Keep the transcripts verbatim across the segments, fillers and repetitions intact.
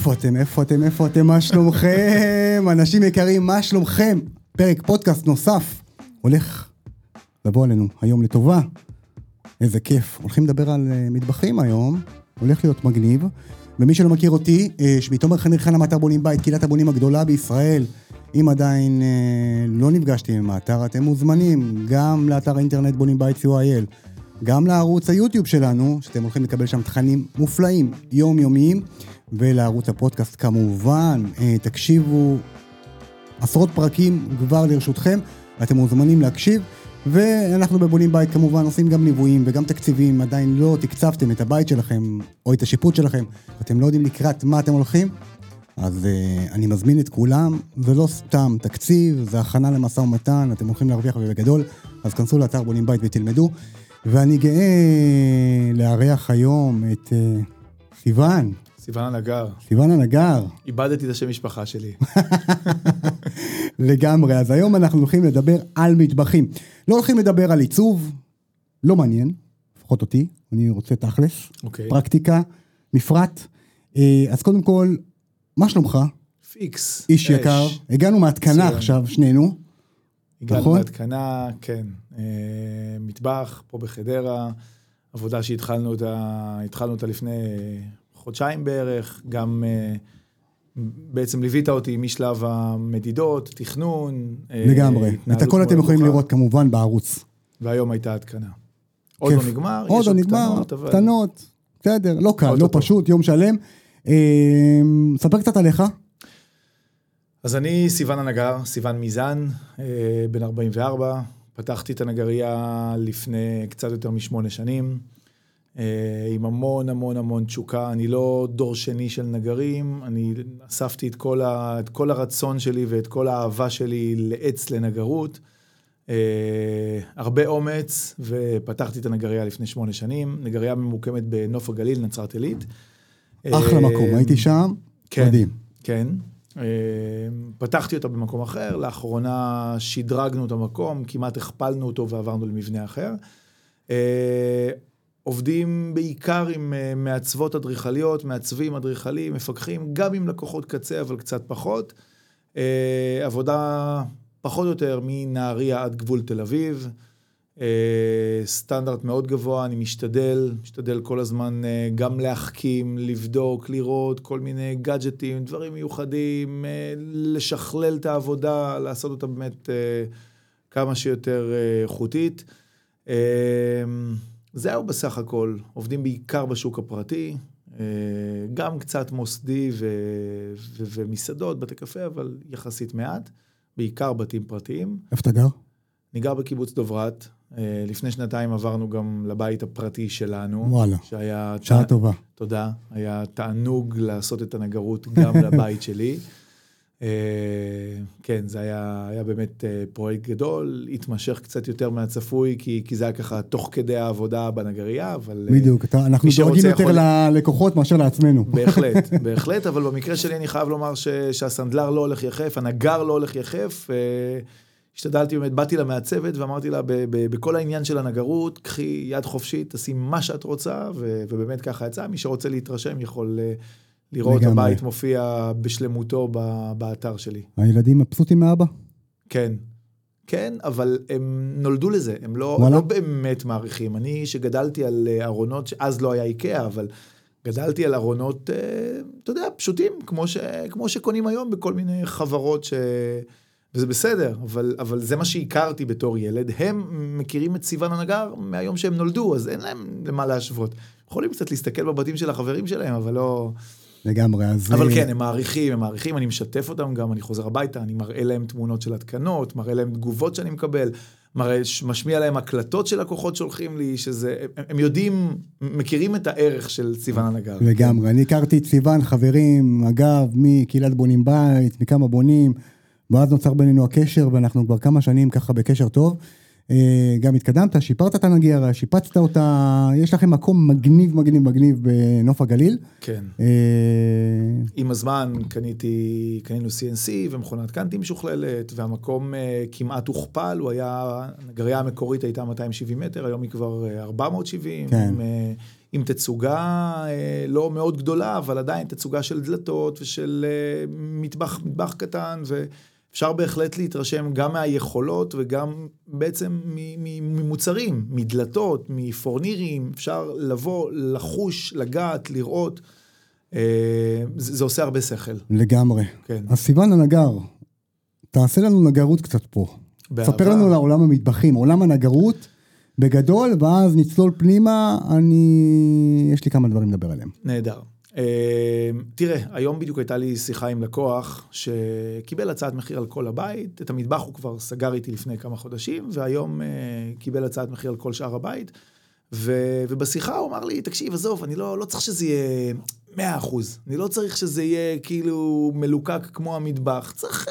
איפה אתם, איפה אתם, איפה אתם, מה שלומכם? אנשים יקרים, מה שלומכם? פרק פודקאסט נוסף הולך לבוא עלינו היום לטובה. איזה כיף. הולכים לדבר על מטבחים היום, הולך להיות מגניב. ומי שלא מכיר אותי, שמי תומר חניר חנה מאתר בונים בית, קהילת הבונים הגדולה בישראל. אם עדיין לא נפגשתי עם האתר, אתם מוזמנים גם לאתר האינטרנט בונים בית סי או איי אל, גם לערוץ היוטיוב שלנו, שאתם הולכים לקבל שם תכנים מופלאים, יומיומיים, ולערוץ הפודקאסט כמובן. תקשיבו, עשרות פרקים כבר לרשותכם, ואתם מוזמנים להקשיב, ואנחנו בבונים בית כמובן עושים גם ליוויים וגם תקציבים. עדיין לא תקצבתם את הבית שלכם או את השיפוט שלכם, אתם לא יודעים לקראת מה אתם הולכים, אז uh, אני מזמין את כולם. זה לא סתם תקציב, זה הכנה למשא ומתן, אתם הולכים להרוויח ובגדול, אז כנסו לאתר בונים בית ותלמדו. ואני גאה לארח היום את uh, סיוון. סיוון הנגר. סיוון הנגר. איבדתי את השם משפחה שלי. לגמרי. אז היום אנחנו הולכים לדבר על מטבחים. לא הולכים לדבר על עיצוב, לא מעניין, לפחות אותי, אני רוצה תכלס, אוקיי. פרקטיקה, מפרט. אז קודם כל, מה שלומך? פיקס. איש יקר. הגענו מהתקנה עכשיו, שנינו. הגענו מהתקנה, כן. מטבח, פה בחדרה, עבודה שהתחלנו אותה, התחלנו אותה לפני חודשיים בערך, גם בעצם ליווית אותי משלב המדידות, תכנון. לגמרי. את הכל אתם יכולים לראות כמובן בערוץ. והיום הייתה התקנה. עוד לא נגמר, עוד לא נגמר, קטנות, בסדר, לא קל, לא פשוט, יום שלם. ספר קצת עליך. אז אני סיוון הנגר, סיוון מיזן, בן ארבעים וארבע, פתחתי את הנגריה לפני קצת יותר משמונה שנים, עם המון המון המון תשוקה. אני לא דור שני של נגרים, אני אספתי את כל, ה, את כל הרצון שלי ואת כל האהבה שלי לעץ לנגרות, הרבה אומץ, ופתחתי את הנגריה לפני שמונה שנים. נגריה ממוקמת בנוף הגליל, נצרת עילית. אחלה מקום, הייתי שם, כן, מדהים. כן. פתחתי אותה במקום אחר, לאחרונה שדרגנו את המקום, כמעט הכפלנו אותו ועברנו למבנה אחר. עובדים בעיקר עם מעצבות אדריכליות, מעצבים אדריכלים, מפקחים, גם עם לקוחות קצה, אבל קצת פחות. עבודה פחות או יותר מנהריה עד גבול תל אביב. סטנדרט מאוד גבוה, אני משתדל, משתדל כל הזמן גם להחכים, לבדוק, לראות כל מיני גאדג'טים, דברים מיוחדים, לשכלל את העבודה, לעשות אותה באמת כמה שיותר איכותית. זהו בסך הכל, עובדים בעיקר בשוק הפרטי, גם קצת מוסדי ו- ו- ומסעדות, בתי קפה, אבל יחסית מעט, בעיקר בתים פרטיים. איפה אתה גר? אני גר בקיבוץ דוברת. לפני שנתיים עברנו גם לבית הפרטי שלנו. וואלה, שהיה שעה ת... טובה. תודה. היה תענוג לעשות את הנגרות גם לבית שלי. כן, זה היה, היה באמת פרויקט גדול, התמשך קצת יותר מהצפוי, כי, כי זה היה ככה תוך כדי העבודה בנגריה, אבל... בדיוק, אתה, אנחנו דואגים יותר יכול... ללקוחות מאשר לעצמנו. בהחלט, בהחלט, אבל במקרה שלי אני חייב לומר ש, שהסנדלר לא הולך יחף, הנגר לא הולך יחף, השתדלתי באמת, באתי לה מהצוות ואמרתי לה, ב, ב, בכל העניין של הנגרות, קחי יד חופשית, תשים מה שאת רוצה, ו, ובאמת ככה יצא, מי שרוצה להתרשם יכול... לראות לגמרי. הבית מופיע בשלמותו באתר שלי. הילדים מבסוטים מאבא? כן, כן, אבל הם נולדו לזה, הם לא, לא באמת מעריכים. אני שגדלתי על ארונות, שאז לא היה איקאה, אבל גדלתי על ארונות, אתה יודע, פשוטים, כמו, ש, כמו שקונים היום בכל מיני חברות, ש, וזה בסדר, אבל, אבל זה מה שהכרתי בתור ילד. הם מכירים את סיוון הנגר מהיום שהם נולדו, אז אין להם למה להשוות. יכולים קצת להסתכל בבתים של החברים שלהם, אבל לא... לגמרי, אז... אבל כן, הם מעריכים, הם מעריכים, אני משתף אותם גם, אני חוזר הביתה, אני מראה להם תמונות של התקנות, מראה להם תגובות שאני מקבל, מראה, משמיע להם הקלטות של לקוחות שהולכים לי, שזה, הם, הם יודעים, מכירים את הערך של סיוון הנגר. לגמרי, כן. אני הכרתי את סיוון, חברים, אגב, מקהילת בונים בית, מכמה בונים, ואז נוצר בינינו הקשר, ואנחנו כבר כמה שנים ככה בקשר טוב, גם התקדמת, שיפרת את הנגריה, שיפצת אותה, יש לכם מקום מגניב, מגניב, מגניב בנוף הגליל. כן. עם הזמן קניתי, קנינו סי אן סי ומכונת קנטים משוכללת, והמקום כמעט הוכפל, הוא היה, הנגריה המקורית הייתה מאתיים ושבעים מטר, היום היא כבר ארבע מאות ושבעים, כן. עם, עם תצוגה לא מאוד גדולה, אבל עדיין תצוגה של דלתות ושל מטבח, מטבח קטן, ואפשר בהחלט להתרשם גם מהיכולות וגם בעצם ממוצרים, מדלתות, מפורנירים, אפשר לבוא, לחוש, לגעת, לראות, זה, זה עושה הרבה שכל. לגמרי. כן. אז סיוון הנגר, תעשה לנו נגרות קצת פה. בעבר. ספר לנו לעולם המטבחים, עולם הנגרות, בגדול, ואז נצלול פנימה, אני... יש לי כמה דברים לדבר עליהם. נהדר. תראה, היום בדיוק הייתה לי שיחה עם לקוח, שקיבל הצעת מחיר על כל הבית, את המטבח הוא כבר סגר איתי לפני כמה חודשים, והיום קיבל הצעת מחיר על כל שאר הבית, ובשיחה הוא אמר לי, תקשיב, עזוב, אני לא, לא צריך שזה יהיה מאה אחוז, אני לא צריך שזה יהיה כאילו מלוקק כמו המטבח, צריך,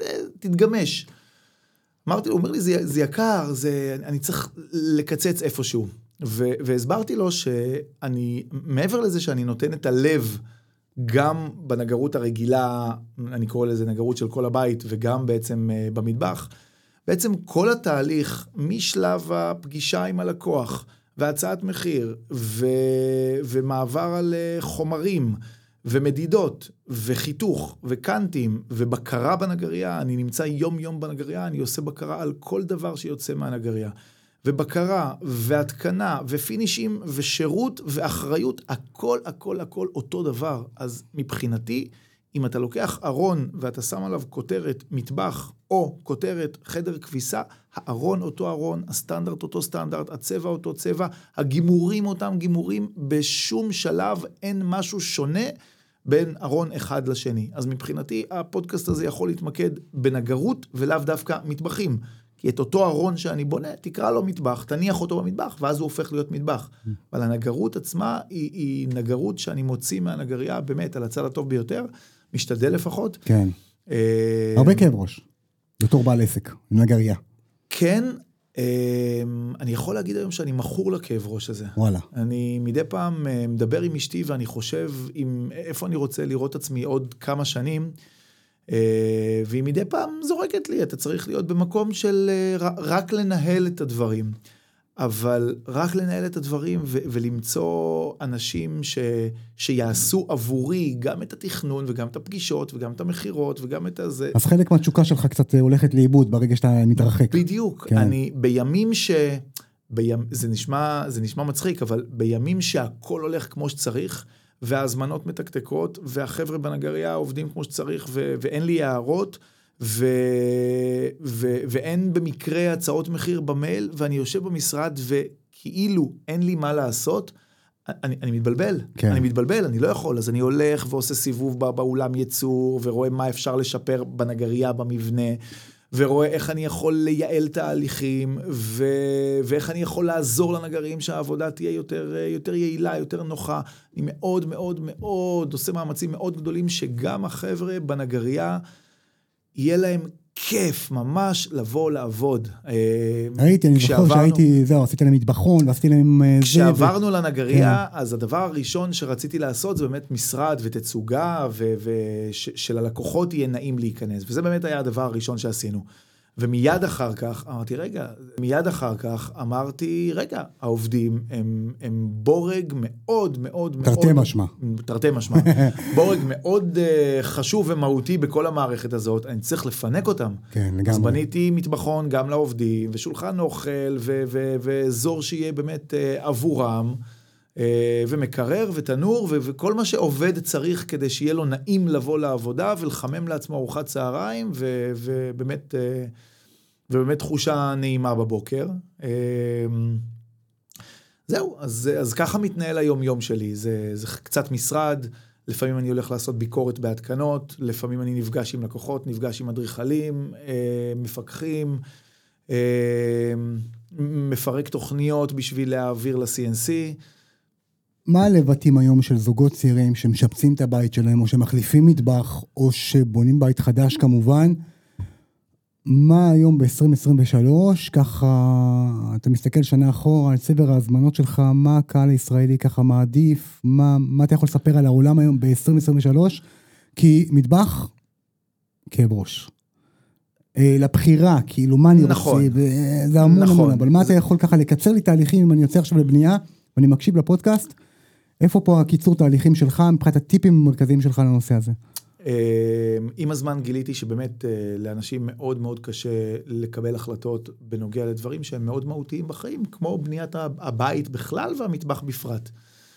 תתגמש. אמרתי לו, הוא אומר לי, זה, זה יקר, זה, אני צריך לקצץ איפשהו. ו, והסברתי לו שאני, מעבר לזה שאני נותן את הלב, גם בנגרות הרגילה, אני קורא לזה נגרות של כל הבית, וגם בעצם uh, במטבח, בעצם כל התהליך, משלב הפגישה עם הלקוח, והצעת מחיר, ו, ומעבר על uh, חומרים, ומדידות, וחיתוך, וקנטים, ובקרה בנגריה, אני נמצא יום יום בנגריה, אני עושה בקרה על כל דבר שיוצא מהנגריה, ובקרה, והתקנה, ופינישים, ושירות, ואחריות, הכל, הכל, הכל אותו דבר. אז מבחינתי, אם אתה לוקח ארון, ואתה שם עליו כותרת מטבח, או כותרת חדר כביסה, הארון אותו ארון, הסטנדרט אותו סטנדרט, הצבע אותו צבע, הגימורים אותם גימורים, בשום שלב אין משהו שונה בין ארון אחד לשני. אז מבחינתי, הפודקאסט הזה יכול להתמקד בנגרות, ולאו דווקא מטבחים. כי את אותו ארון שאני בונה, תקרא לו מטבח, תניח אותו במטבח, ואז הוא הופך להיות מטבח. אבל הנגרות עצמה היא, היא נגרות שאני מוציא מהנגריה, באמת, על הצד הטוב ביותר, משתדל לפחות. כן. הרבה כאב ראש, בתור בעל עסק, נגריה. כן, אני יכול להגיד היום שאני מכור לכאב ראש הזה. וואלה. אני מדי פעם מדבר עם אשתי, ואני חושב עם איפה אני רוצה לראות עצמי עוד כמה שנים, והיא מדי פעם זורקת לי, אתה צריך להיות במקום של רק לנהל את הדברים. אבל רק לנהל את הדברים ו- ולמצוא אנשים ש- שיעשו עבורי גם את התכנון וגם את הפגישות וגם את המחירות וגם את הזה. אז חלק מהתשוקה שלך קצת הולכת לאיבוד ברגע שאתה מתרחק. בדיוק. כן. אני בימים ש... בימ... זה נשמע, זה נשמע מצחיק, אבל בימים שהכל הולך כמו שצריך, והזמנות מתקתקות, והחבר'ה בנגריה עובדים כמו שצריך, ו- ואין לי הערות, ו... ו... ואין במקרה הצעות מחיר במייל, ואני יושב במשרד וכאילו אין לי מה לעשות, אני, אני מתבלבל, כן. אני מתבלבל, אני לא יכול, אז אני הולך ועושה סיבוב בא, באולם ייצור, ורואה מה אפשר לשפר בנגריה, במבנה, ורואה איך אני יכול לייעל תהליכים, ו... ואיך אני יכול לעזור לנגרים שהעבודה תהיה יותר, יותר יעילה, יותר נוחה. אני מאוד מאוד מאוד עושה מאמצים מאוד גדולים, שגם החבר'ה בנגריה, יהיה להם כיף ממש לבוא לעבוד. ראיתי, אני זוכר שהייתי, זהו, עשיתי להם מטבחון, ועשיתי להם זה. כשעברנו לנגריה, אז הדבר הראשון שרציתי לעשות, זה באמת משרד ותצוגה, ושל הלקוחות יהיה נעים להיכנס. וזה באמת היה הדבר הראשון שעשינו. ומיד אחר כך, אמרתי, רגע, מיד אחר כך, אמרתי, רגע, העובדים הם, הם בורג מאוד מאוד מאוד... תרתי משמע. תרתי משמע. בורג מאוד uh, חשוב ומהותי בכל המערכת הזאת, אני צריך לפנק אותם. כן, לגמרי. אז בניתי מטבחון גם לעובדים, ושולחן אוכל, ו- ו- ואזור שיהיה באמת uh, עבורם, uh, ומקרר ותנור, ו- וכל מה שעובד צריך כדי שיהיה לו נעים לבוא לעבודה, ולחמם לעצמו ארוחת צהריים, ו- ובאמת... Uh, ובאמת תחושה נעימה בבוקר. זהו, אז, אז ככה מתנהל היום יום שלי. זה, זה קצת משרד, לפעמים אני הולך לעשות ביקורת בהתקנות, לפעמים אני נפגש עם לקוחות, נפגש עם אדריכלים, מפקחים, מפרק תוכניות בשביל להעביר ל-סי אן סי. מה הלבטים היום של זוגות צעירים שמשפצים את הבית שלהם, או שמחליפים מטבח, או שבונים בית חדש כמובן, מה היום ב-עשרים עשרים ושלוש, ככה, אתה מסתכל שנה אחורה על סבר ההזמנות שלך, מה הקהל הישראלי ככה מעדיף, מה, מה אתה יכול לספר על העולם היום ב-עשרים עשרים ושלוש, כי מטבח, כאב ראש. אה, לבחירה, כאילו, מה אני נכון. רוצה, זה המון נכון. המון, אבל מה אתה יכול ככה לקצר לי תהליכים, אם אני יוצא עכשיו לבנייה, ואני מקשיב לפודקאסט, איפה פה הקיצור תהליכים שלך, מבחינת הטיפים המרכזיים שלך לנושא הזה? עם הזמן גיליתי שבאמת לאנשים מאוד מאוד קשה לקבל החלטות בנוגע לדברים שהם מאוד מהותיים בחיים, כמו בניית הבית בכלל והמטבח בפרט.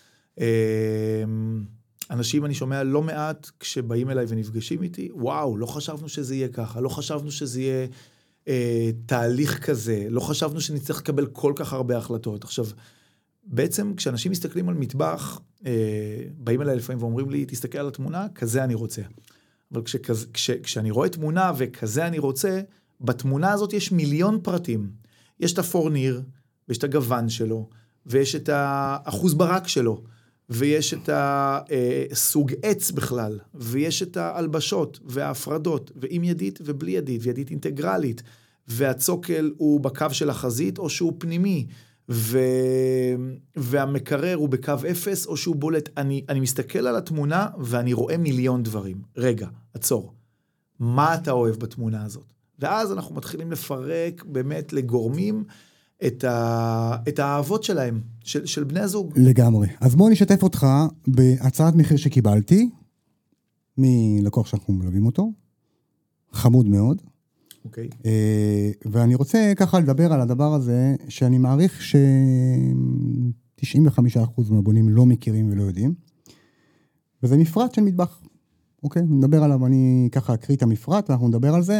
אנשים, אני שומע לא מעט כשבאים אליי ונפגשים איתי, וואו, לא חשבנו שזה יהיה ככה, לא חשבנו שזה יהיה אה, תהליך כזה, לא חשבנו שנצטרך לקבל כל כך הרבה החלטות. עכשיו, בעצם כשאנשים מסתכלים על מטבח, אה, באים אליי לפעמים ואומרים לי, תסתכל על התמונה, כזה אני רוצה. אבל כשכזה, כש, כשאני רואה תמונה וכזה אני רוצה, בתמונה הזאת יש מיליון פרטים. יש את הפורניר, ויש את הגוון שלו, ויש את האחוז ברק שלו, ויש את הסוג עץ בכלל, ויש את ההלבשות וההפרדות, ועם ידית ובלי ידית, וידית אינטגרלית, והצוקל הוא בקו של החזית או שהוא פנימי, ו... והמקרר הוא בקו אפס או שהוא בולט. אני, אני מסתכל על התמונה ואני רואה מיליון דברים. רגע, עצור. מה אתה אוהב בתמונה הזאת? ואז אנחנו מתחילים לפרק באמת לגורמים את, ה... את האהבות שלהם, של, של בני הזוג. לגמרי. אז בואו נשתף אותך בהצעת מחיר שקיבלתי, מלקוח שאנחנו מלווים אותו, חמוד מאוד. אוקיי. Okay. ואני רוצה ככה לדבר על הדבר הזה, שאני מעריך ש-תשעים וחמישה אחוז מהבונים לא מכירים ולא יודעים, וזה מפרט של מטבח. אוקיי? Okay? נדבר עליו, אני ככה אקריא את המפרט, ואנחנו נדבר על זה.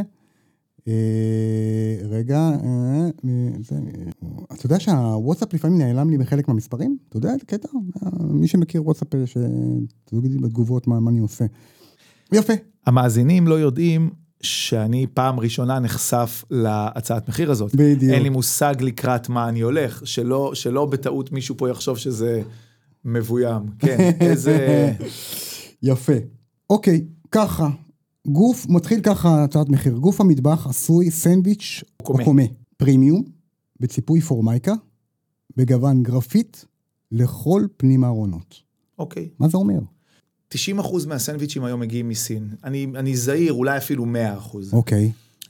רגע, זה, אתה יודע שהוואטסאפ לפעמים נעלם לי בחלק מהמספרים? אתה יודע, זה קטע? מי שמכיר וואטסאפ, שתדעו לי בתגובות מה, מה אני עושה. יפה. המאזינים לא יודעים שאני פעם ראשונה נחשף להצעת מחיר הזאת. בדיוק. אין לי מושג לקראת מה אני הולך, שלא, שלא בטעות מישהו פה יחשוב שזה מבוים. כן, איזה... יפה. אוקיי, ככה. גוף, מתחיל ככה הצעת מחיר. גוף המטבח עשוי סנדוויץ' או קומה. פרימיום, בציפוי פורמייקה, בגוון גרפית, לכל פנים הארונות. אוקיי. מה זה אומר? תשעים אחוז מהסנדוויצ'ים היום מגיעים מסין. אני, אני זהיר, אולי אפילו מאה אחוז. אוקיי.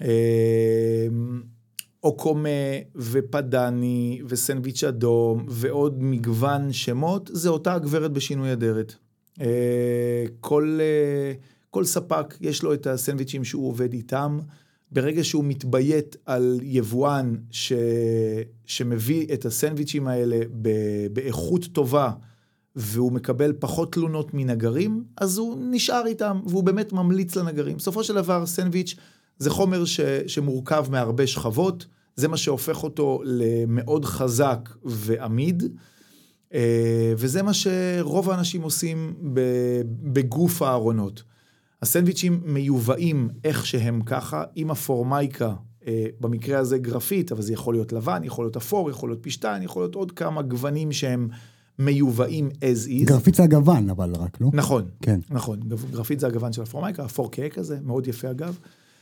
או קומה ופדני וסנדוויץ' אדום ועוד מגוון שמות, זה אותה הגברת בשינוי אדרת. כל, כל ספק יש לו את הסנדוויצ'ים שהוא עובד איתם. ברגע שהוא מתביית על יבואן ש, שמביא את הסנדוויצ'ים האלה באיכות טובה, והוא מקבל פחות תלונות מנגרים, אז הוא נשאר איתם, והוא באמת ממליץ לנגרים. בסופו של דבר, סנדוויץ' זה חומר ש, שמורכב מהרבה שכבות, זה מה שהופך אותו למאוד חזק ועמיד, וזה מה שרוב האנשים עושים בגוף הארונות. הסנדוויצ'ים מיובאים איך שהם ככה, עם הפורמייקה, במקרה הזה גרפית, אבל זה יכול להיות לבן, יכול להיות אפור, יכול להיות פשטן, יכול להיות עוד כמה גוונים שהם מיובאים as is. גרפית זה הגוון, אבל רק, לא? נכון, כן. נכון. גרפית זה הגוון של הפורמייקה, אפור כהה כזה, מאוד יפה אגב.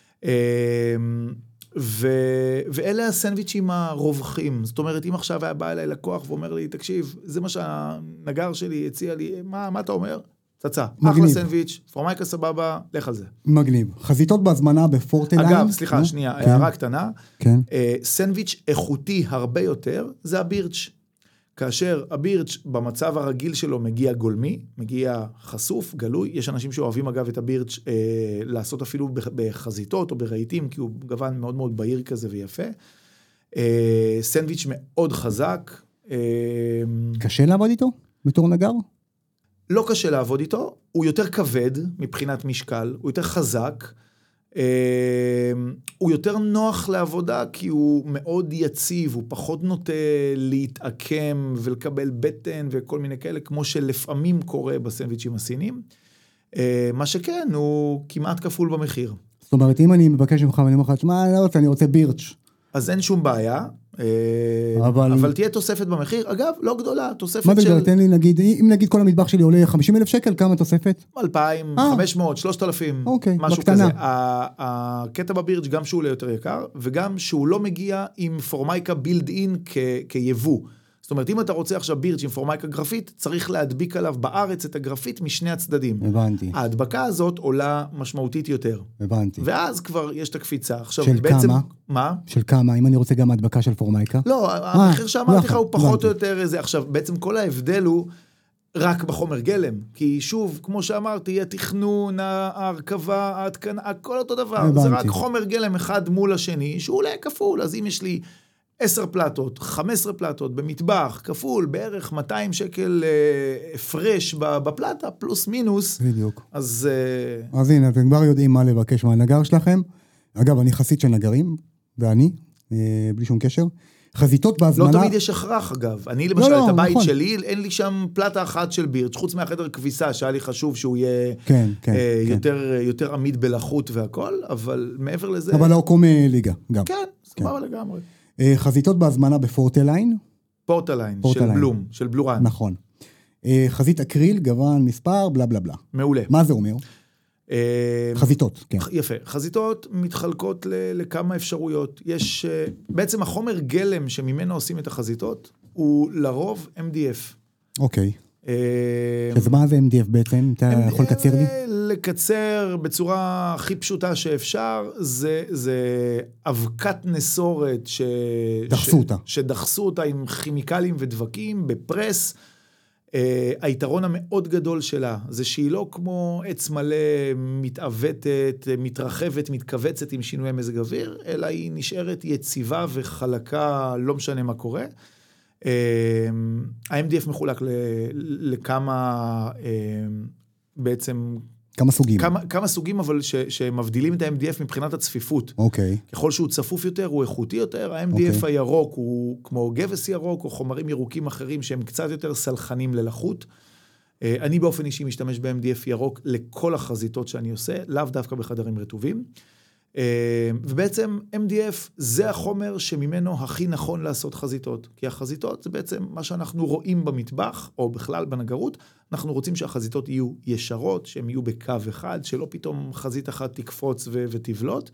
ו... ואלה הסנדוויצ'ים הרווחים. זאת אומרת, אם עכשיו היה בא אליי לקוח ואומר לי, תקשיב, זה מה שהנגר שלי הציע לי, מה, מה אתה אומר? צצה, אחלה סנדוויץ', פורמייקה סבבה, לך על זה. מגניב. חזיתות בהזמנה בפורטליין. אגב, סליחה, שנייה, הערה קטנה. כן. סנדוויץ' איכותי הרבה יותר, זה הבירץ'. כאשר הבירץ' במצב הרגיל שלו מגיע גולמי, מגיע חשוף, גלוי, יש אנשים שאוהבים אגב את הבירץ' אה, לעשות אפילו בחזיתות או ברהיטים, כי הוא גוון מאוד מאוד בהיר כזה ויפה. אה, סנדוויץ' מאוד חזק. אה, קשה לעבוד איתו בתור נגר? לא קשה לעבוד איתו, הוא יותר כבד מבחינת משקל, הוא יותר חזק, הוא יותר נוח לעבודה כי הוא מאוד יציב, הוא פחות נוטה להתעקם ולקבל בטן וכל מיני כאלה, כמו שלפעמים קורה בסנדוויצ'ים הסינים. מה שכן, הוא כמעט כפול במחיר. זאת אומרת, אם אני מבקש ממך ואני אומר לך, מה, אני לא רוצה, אני רוצה בירץ'. אז אין שום בעיה, אבל... אבל תהיה תוספת במחיר, אגב, לא גדולה, תוספת מה של... בגלל, תן לי נגיד, אם נגיד כל המטבח שלי עולה חמישים אלף שקל, כמה תוספת? אלפיים, חמש מאות, שלושת אלפים, אוקיי, משהו בקטנה. כזה. הקטע בבירץ' גם שהוא עולה יותר יקר, וגם שהוא לא מגיע עם פורמייקה בילד אין כיבוא. זאת אומרת, אם אתה רוצה עכשיו בירץ' עם פורמייקה גרפית, צריך להדביק עליו בארץ את הגרפית משני הצדדים. הבנתי. ההדבקה הזאת עולה משמעותית יותר. הבנתי. ואז כבר יש את הקפיצה. עכשיו, של בעצם, כמה? מה? של כמה? אם אני רוצה גם הדבקה של פורמייקה? לא, המחיר שאמרתי לך הוא פחות או יותר איזה. עכשיו, בעצם כל ההבדל הוא, רק בחומר גלם, כי שוב, כמו שאמרתי, התכנון, ההרכבה, ההתקנה, הכל אותו דבר, הבנתי. זה רק חומר גלם אחד מול השני, שהוא עולה כפול, אז אם יש לי עשר פלטות, חמש עשרה פלטות במטבח, כפול, בערך מאתיים שקל אה, פרש בפלטה, פלוס מינוס. בדיוק. אז... אה... אז הנה, אתם כבר יודעים מה לבקש מהנגר שלכם. אגב, אני חסיד של נגרים, ואני, אה, בלי שום קשר. חזיתות בהזמנה... לא תמיד יש הכרח, אגב. אני למשל, לא, את הבית נכון. שלי, אין לי שם פלטה אחת של בירץ', חוץ מהחדר כביסה, שהיה לי חשוב שהוא יהיה כן, כן, אה, כן. יותר, יותר עמיד בלחות והכל, אבל מעבר לזה... אבל לא קום ליגה, גם. כן, סבבה כן. לגמרי. אה, חזיתות בהזמנה בפורטליין? פורטליין, פורטליין, של בלום, של בלורן. נכון. אה, חזית אקריל, גוון, מספר, בלה בלה בלה. מעולה. מה זה אומר? חזיתות, כן. יפה. חזיתות מתחלקות לכמה אפשרויות. יש, בעצם החומר גלם שממנו עושים את החזיתות, הוא לרוב אם די אף. אוקיי. אז מה זה אם די אף בעצם? אתה יכול לקצר לי? לקצר בצורה הכי פשוטה שאפשר, זה, זה אבקת נסורת ש... דחסו אותה. שדחסו אותה עם כימיקלים ודבקים בפרס, Uh, היתרון המאוד גדול שלה, זה שהיא לא כמו עץ מלא, מתעוותת, מתרחבת, מתכווצת עם שינוי מזג אוויר, אלא היא נשארת יציבה וחלקה, לא משנה מה קורה. Uh, ה-אם די אף מחולק ל- לכמה, uh, בעצם... כמה סוגים. כמה, כמה סוגים, אבל ש, שמבדילים את ה-אם די אף מבחינת הצפיפות. אוקיי. ככל שהוא צפוף יותר, הוא איכותי יותר. ה-אם די אף אוקיי. הירוק הוא כמו גבס ירוק, או חומרים ירוקים אחרים שהם קצת יותר סלחנים ללחות. אני באופן אישי משתמש ב-אם די אף ירוק לכל החזיתות שאני עושה, לאו דווקא בחדרים רטובים. ובעצם אם די אף זה החומר שממנו הכי נכון לעשות חזיתות, כי החזיתות זה בעצם מה שאנחנו רואים במטבח, או בכלל בנגרות, אנחנו רוצים שהחזיתות יהיו ישרות, שהן יהיו בקו אחד, שלא פתאום חזית אחת תקפוץ ו- ותבלוט.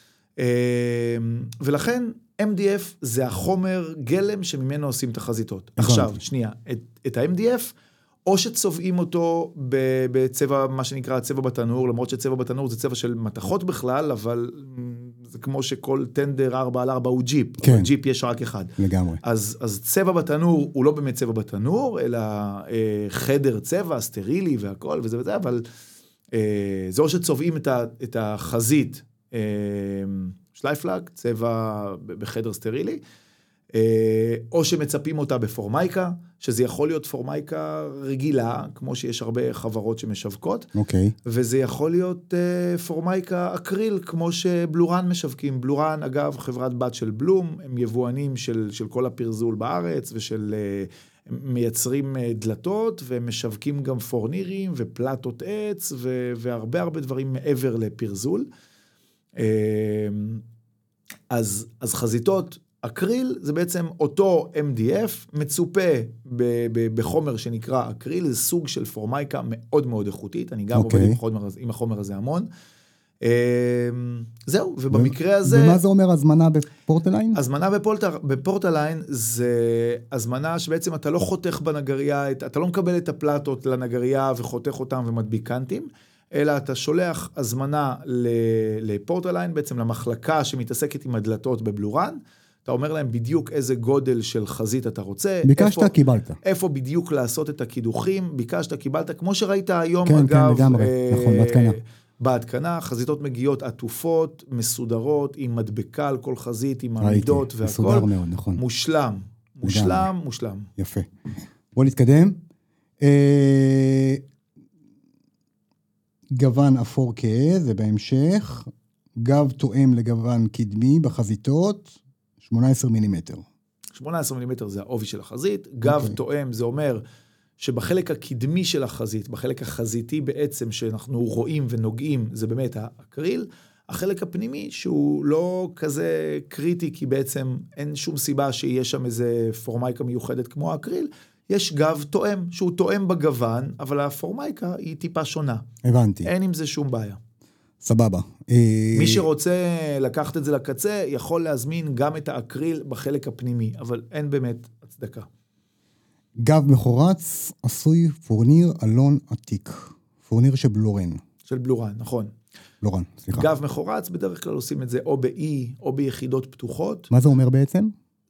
ולכן אם די אף זה החומר גלם שממנו עושים את החזיתות. עכשיו, שנייה, את, את ה-אם די אף, או שצובעים אותו בצבע, מה שנקרא צבע בתנור, למרות שצבע בתנור זה צבע של מתחות בכלל, אבל זה כמו שכל טנדר ארבע על ארבע הוא ג'יפ, כן. אבל ג'יפ יש רק אחד. לגמרי. אז, אז צבע בתנור הוא לא באמת צבע בתנור, אלא אה, חדר צבע, סטרילי והכל וזה וזה, אבל אה, זה או שצובעים את, ה, את החזית, אה, שלייפלג, צבע בחדר סטרילי, או שמצפים אותה בפורמייקה, שזה יכול להיות פורמייקה רגילה, כמו שיש הרבה חברות שמשווקות, אוקיי. וזה יכול להיות פורמייקה אקריל, כמו שבלורן משווקים. בלורן, אגב, חברת בת של בלום, הם יבואנים של, של כל הפרזול בארץ, ושל מייצרים דלתות, והם משווקים גם פורנירים, ופלטות עץ, ו, והרבה הרבה דברים מעבר לפרזול. אז, אז חזיתות, אקריל זה בעצם אותו אם די אף, מצופה ב- ב- בחומר שנקרא אקריל, זה סוג של פורמייקה מאוד מאוד איכותית, אני גם okay. עובד עם החומר, עם החומר הזה המון. זהו, ובמקרה הזה... ומה זה אומר הזמנה בפורטליין? הזמנה בפורט, בפורטליין זה הזמנה שבעצם אתה לא חותך בנגריה, אתה לא מקבל את הפלטות לנגריה וחותך אותם ומדביק קנטים, אלא אתה שולח הזמנה לפורטליין, בעצם למחלקה שמתעסקת עם הדלתות בבלורן, אתה אומר להם בדיוק איזה גודל של חזית אתה רוצה. ביקשת, איפה, קיבלת. איפה בדיוק לעשות את הקידוחים, ביקשת, קיבלת, כמו שראית היום, כן, אגב. כן, לגמרי, אה, נכון, בהתקנה. בהתקנה, חזיתות מגיעות עטופות, מסודרות, עם מדבקה על כל חזית, עם עמידות והכל. מסודר מאוד, נכון. מושלם, מושלם, לגמרי. מושלם. יפה. בוא נתקדם. אה, גוון אפור כהה, זה בהמשך. גב תואם לגוון קדמי בחזיתות. שמונה עשרה מילימטר. שמונה עשרה מילימטר זה העובי של החזית, גב okay. תואם זה אומר שבחלק הקדמי של החזית, בחלק החזיתי בעצם שאנחנו רואים ונוגעים, זה באמת האקריל, החלק הפנימי שהוא לא כזה קריטי, כי בעצם אין שום סיבה שיהיה שם איזה פורמייקה מיוחדת כמו האקריל, יש גב תואם, שהוא תואם בגוון, אבל הפורמייקה היא טיפה שונה. הבנתי. אין עם זה שום בעיה. סבבה. מי שרוצה לקחת את זה לקצה, יכול להזמין גם את האקריל בחלק הפנימי, אבל אין באמת הצדקה. גב מחורץ, עשוי פורניר אלון עתיק. פורניר של בלורן. של בלורן, נכון. בלורן, סליחה. גב מחורץ, בדרך כלל עושים את זה או באי, או ביחידות פתוחות. מה זה אומר בעצם?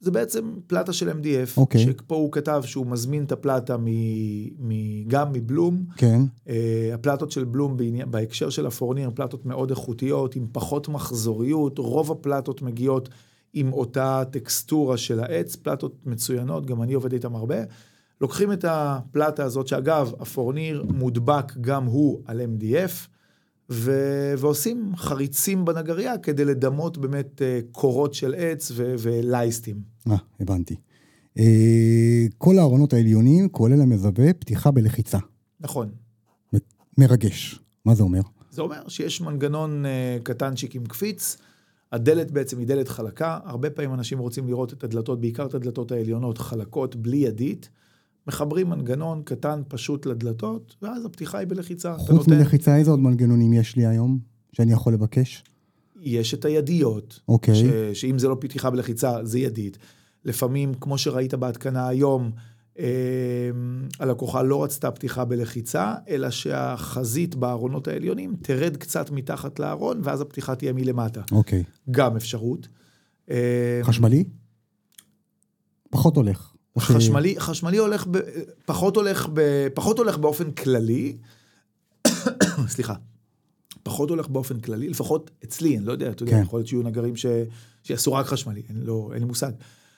זה בעצם פלטה של אם די אף, אוקיי. שפה הוא כתב שהוא מזמין את הפלטה מ, מ, גם מבלום. כן. Uh, הפלטות של בלום בהקשר של הפורניר, פלטות מאוד איכותיות, עם פחות מחזוריות, רוב הפלטות מגיעות עם אותה טקסטורה של העץ, פלטות מצוינות, גם אני עובד איתם הרבה. לוקחים את הפלטה הזאת, שאגב, הפורניר מודבק גם הוא על אם די אף, ו- ועושים חריצים בנגריה, כדי לדמות באמת uh, קורות של עץ ו- ולייסטים. אה, הבנתי. אה, כל הארונות העליונים, כולל המזווה, פתיחה בלחיצה. נכון. מ- מרגש. מה זה אומר? זה אומר שיש מנגנון uh, קטנצ'יק עם קפיץ, הדלת בעצם היא דלת חלקה, הרבה פעמים אנשים רוצים לראות את הדלתות, בעיקר את הדלתות העליונות, חלקות, בלי ידית, מחברים מנגנון קטן פשוט לדלתות, ואז הפתיחה היא בלחיצה. חוץ נותן... מלחיצה, איזה עוד מנגנונים יש לי היום, שאני יכול לבקש? יש את הידיות, אוקיי. ש... שאם זה לא פתיחה בלחיצה, זה ידית. לפעמים, כמו שראית בהתקנה היום, אה, הלקוחה לא רצתה פתיחה בלחיצה, אלא שהחזית בארונות העליונים תרד קצת מתחת לארון, ואז הפתיחה תהיה מלמטה. אוקיי. גם אפשרות. אה, חשמלי? פחות הולך. חשמלי, חשמלי הולך, ב, פחות הולך, ב, פחות הולך באופן כללי, סליחה, פחות הולך באופן כללי, לפחות אצלי, אני לא יודע, אתה יודע, יכול להיות שיהיו נגרים ש, שיעשו רק חשמלי, אין, לא, אין לי מושג.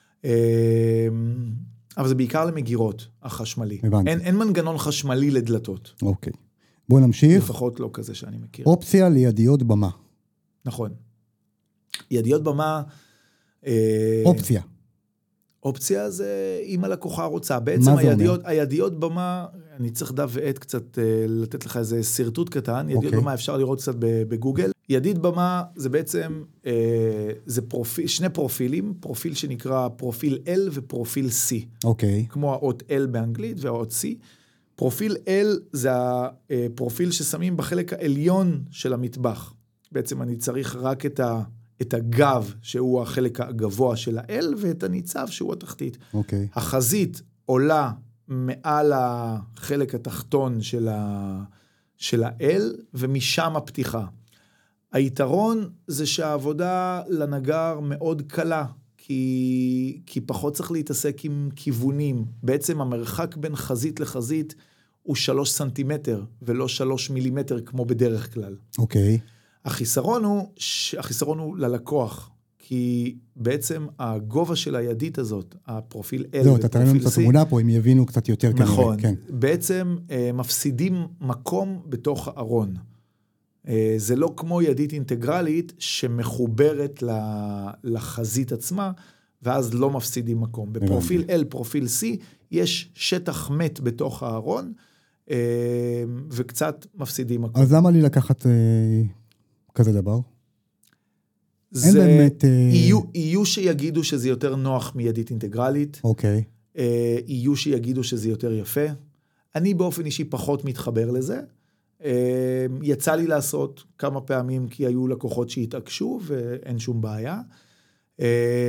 אבל זה בעיקר למגירות, החשמלי. אין, אין מנגנון חשמלי לדלתות. אוקיי. בואו נמשיך. לפחות לא כזה שאני מכיר. אופציה לידיות במה. נכון. ידיות במה... אופציה. אופציה זה אם הלקוחה רוצה. בעצם הידיות, הידיות במה, אני צריך דף ועט קצת לתת לך איזה סרטוט קטן, ידיות במה אפשר לראות קצת בגוגל. ידית במה זה בעצם, זה פרופיל, שני פרופילים, פרופיל שנקרא פרופיל L ופרופיל C. אוקיי. כמו האות L באנגלית והאות C. פרופיל L זה הפרופיל ששמים בחלק העליון של המטבח. בעצם אני צריך רק את ה... את הגב, שהוא החלק הגבוה של ה-L, ואת הניצב, שהוא התחתית. אוקיי. החזית עולה מעל החלק התחתון של ה- של ה-L, ומשם הפתיחה. היתרון זה שהעבודה לנגר מאוד קלה, כי, כי פחות צריך להתעסק עם כיוונים. בעצם המרחק בין חזית לחזית הוא שלוש סנטימטר, ולא שלוש מילימטר כמו בדרך כלל. אוקיי. החיסרון הוא, החיסרון הוא ללקוח, כי בעצם הגובה של הידית הזאת, הפרופיל L לא, אתה תראה לנו את התמונה פה, הם יבינו קצת יותר כנראה. נכון, כן. בעצם אה, מפסידים מקום בתוך הארון. אה, זה לא כמו ידית אינטגרלית שמחוברת לחזית עצמה, ואז לא מפסידים מקום. בפרופיל L, פרופיל C, יש שטח מת בתוך הארון, אה, וקצת מפסידים מקום. אז למה לי לקחת... אה... כזה דבר? זה באמת, יהיו, יהיו שיגידו שזה יותר נוח מידית אינטגרלית. אוקיי. אה, יהיו שיגידו שזה יותר יפה. אני באופן אישי פחות מתחבר לזה. אה, יצא לי לעשות כמה פעמים, כי היו לקוחות שהתעקשו, ואין שום בעיה. אה,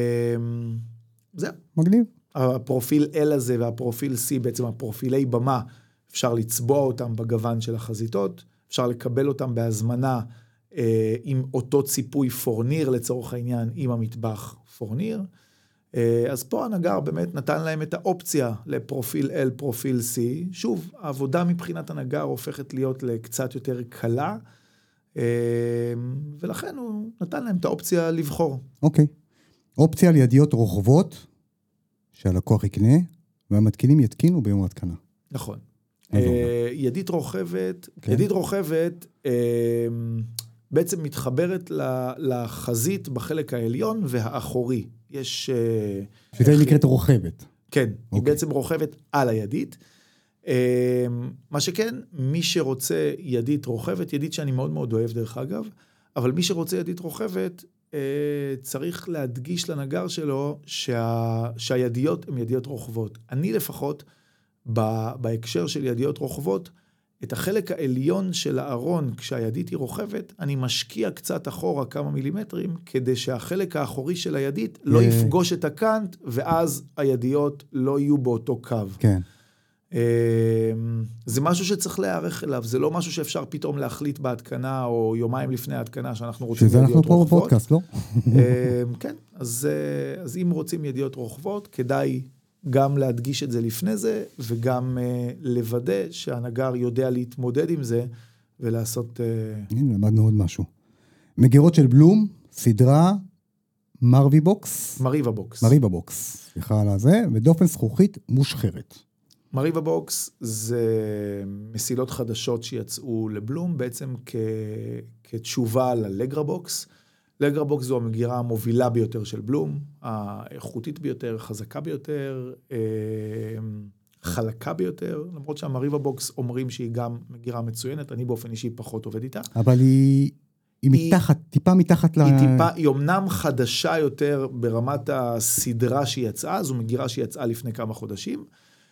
זהו. מגניב. הפרופיל L הזה והפרופיל C, בעצם הפרופילי במה, אפשר לצבוע אותם בגוון של החזיתות, אפשר לקבל אותם בהזמנה, עם אותו ציפוי פורניר לצורך העניין, עם המטבח פורניר. אז פה הנגר באמת נתן להם את האופציה לפרופיל L, פרופיל C. שוב, העבודה מבחינת הנגר הופכת להיות לקצת יותר קלה, ולכן הוא נתן להם את האופציה לבחור. אוקיי. אופציה לידיות רוחבות, שהלקוח יקנה, והמתקינים יתקינו ביום ההתקנה. נכון. ידית רוחבת, ידית רוחבת, בעצם מתחברת לחזית בחלק העליון והאחורי. יש... שזה נקראת רוחבת. כן, היא בעצם רוחבת על הידית. מה שכן, מי שרוצה ידית רוחבת, ידית שאני מאוד מאוד אוהב דרך אגב, אבל מי שרוצה ידית רוחבת, צריך להדגיש לנגר שלו שה, שהידיות הן ידיות רוחבות. אני לפחות, בהקשר של ידיות רוחבות, את החלק העליון של הארון, כשהידית היא רוחבת, אני משקיע קצת אחורה כמה מילימטרים, כדי שהחלק האחורי של הידית לא יפגוש את הקאנט, ואז הידיות לא יהיו באותו קו. כן. זה משהו שצריך להיערך אליו, זה לא משהו שאפשר פתאום להחליט בהתקנה, או יומיים לפני ההתקנה, שאנחנו רוצים ידיעות רוחבות. שזה אנחנו פה בפודקאסט, לא? כן, אז, אז אם רוצים ידיעות רוחבות, כדאי גם להדגיש את זה לפני זה, וגם לוודא שהנגר יודע להתמודד עם זה, ולעשות... הנה, למדנו עוד משהו. מגירות של בלום, סדרה, מרבי בוקס. מריבה בוקס. מריבה בוקס, סליחה על הזה, ודופן זכוכית מושחרת. מריבה בוקס זה מסילות חדשות שיצאו לבלום, בעצם כ... כתשובה ללגרה בוקס. לגרה בוקס זו המגירה המובילה ביותר של בלום, האיכותית ביותר, חזקה ביותר, חלקה ביותר, למרות שהמריבה בוקס אומרים שהיא גם מגירה מצוינת, אני באופן אישי פחות עובד איתה. אבל היא... היא מתחת, טיפה מתחת ל... היא טיפה, היא אומנם חדשה יותר ברמת הסדרה שהיא יצאה, זו מגירה שהיא יצאה לפני כמה חודשים,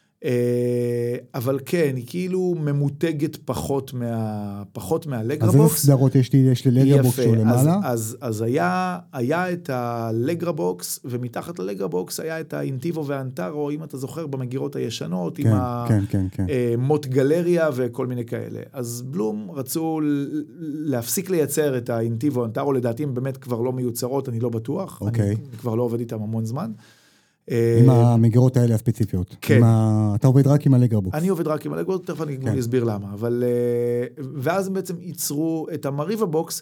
אבל כן, היא כאילו ממותגת פחות מה, פחות מהלגרבוקס. אז איזה סדרות יש לי, יש לי לגרבוקס שהוא למעלה? אז, אז, אז היה, היה את הלגרבוקס, ומתחת ללגרבוקס היה את האינטיבו והאנטרו, אם אתה זוכר, במגירות הישנות, כן, עם כן, כן, כן. המוט גלריה וכל מיני כאלה. אז בלום רצו להפסיק לייצר את האינטיבו, האנטרו, לדעתי הם באמת כבר לא מיוצרות, אני לא בטוח. אוקיי. אני כבר לא עובד איתם המון זמן. עם המגירות האלה הספציפיות. כן. אתה עובד רק עם הלגרבוקס. אני עובד רק עם הלגרבוקס, תכף אני אסביר למה. אבל, ואז הם בעצם ייצרו את המריבה בוקס,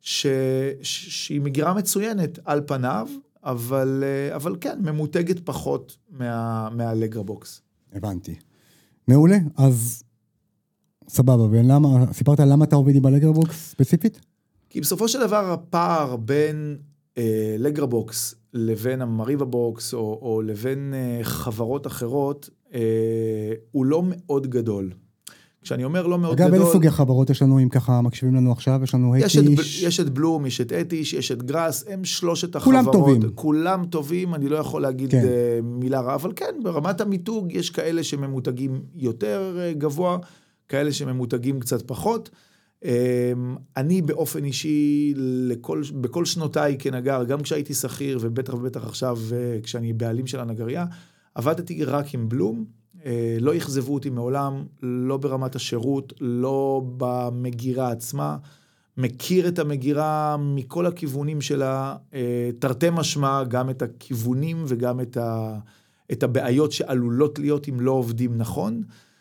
שהיא מגירה מצוינת על פניו, אבל, אבל כן, ממותגת פחות מה, מהלגרבוקס. הבנתי. מעולה, אז סבבה, ולמה, סיפרת למה אתה עובד עם הלגרבוקס ספציפית? כי בסופו של דבר הפער בין אה, לגרבוקס לבין המריבה בוקס, או, או לבין אה, חברות אחרות, אה, הוא לא מאוד גדול. כשאני אומר לא מאוד אגב, גדול... אגב, איזה סוגי חברות יש לנו, אם ככה מקשיבים לנו עכשיו, יש לנו יש אתיש... את, יש את בלום, יש את אתיש, יש את גראס, הם שלושת כולם החברות. טובים. כולם טובים, אני לא יכול להגיד כן. uh, מילה רע, אבל כן, ברמת המיתוג יש כאלה שממותגים יותר uh, גבוה, כאלה שממותגים קצת פחות. Uh, אני באופן אישי, לכל, בכל שנותיי כנגר, גם כשהייתי שכיר, ובטח ובטח עכשיו, uh, כשאני בעלים של הנגריה, עבדתי רק עם בלום, לא יחזבו אותי מעולם, לא ברמת השירות, לא במגירה עצמה, מכיר את המגירה מכל הכיוונים שלה, תרתי משמע גם את הכיוונים וגם את, ה, את הבעיות שעלולות להיות אם לא עובדים נכון.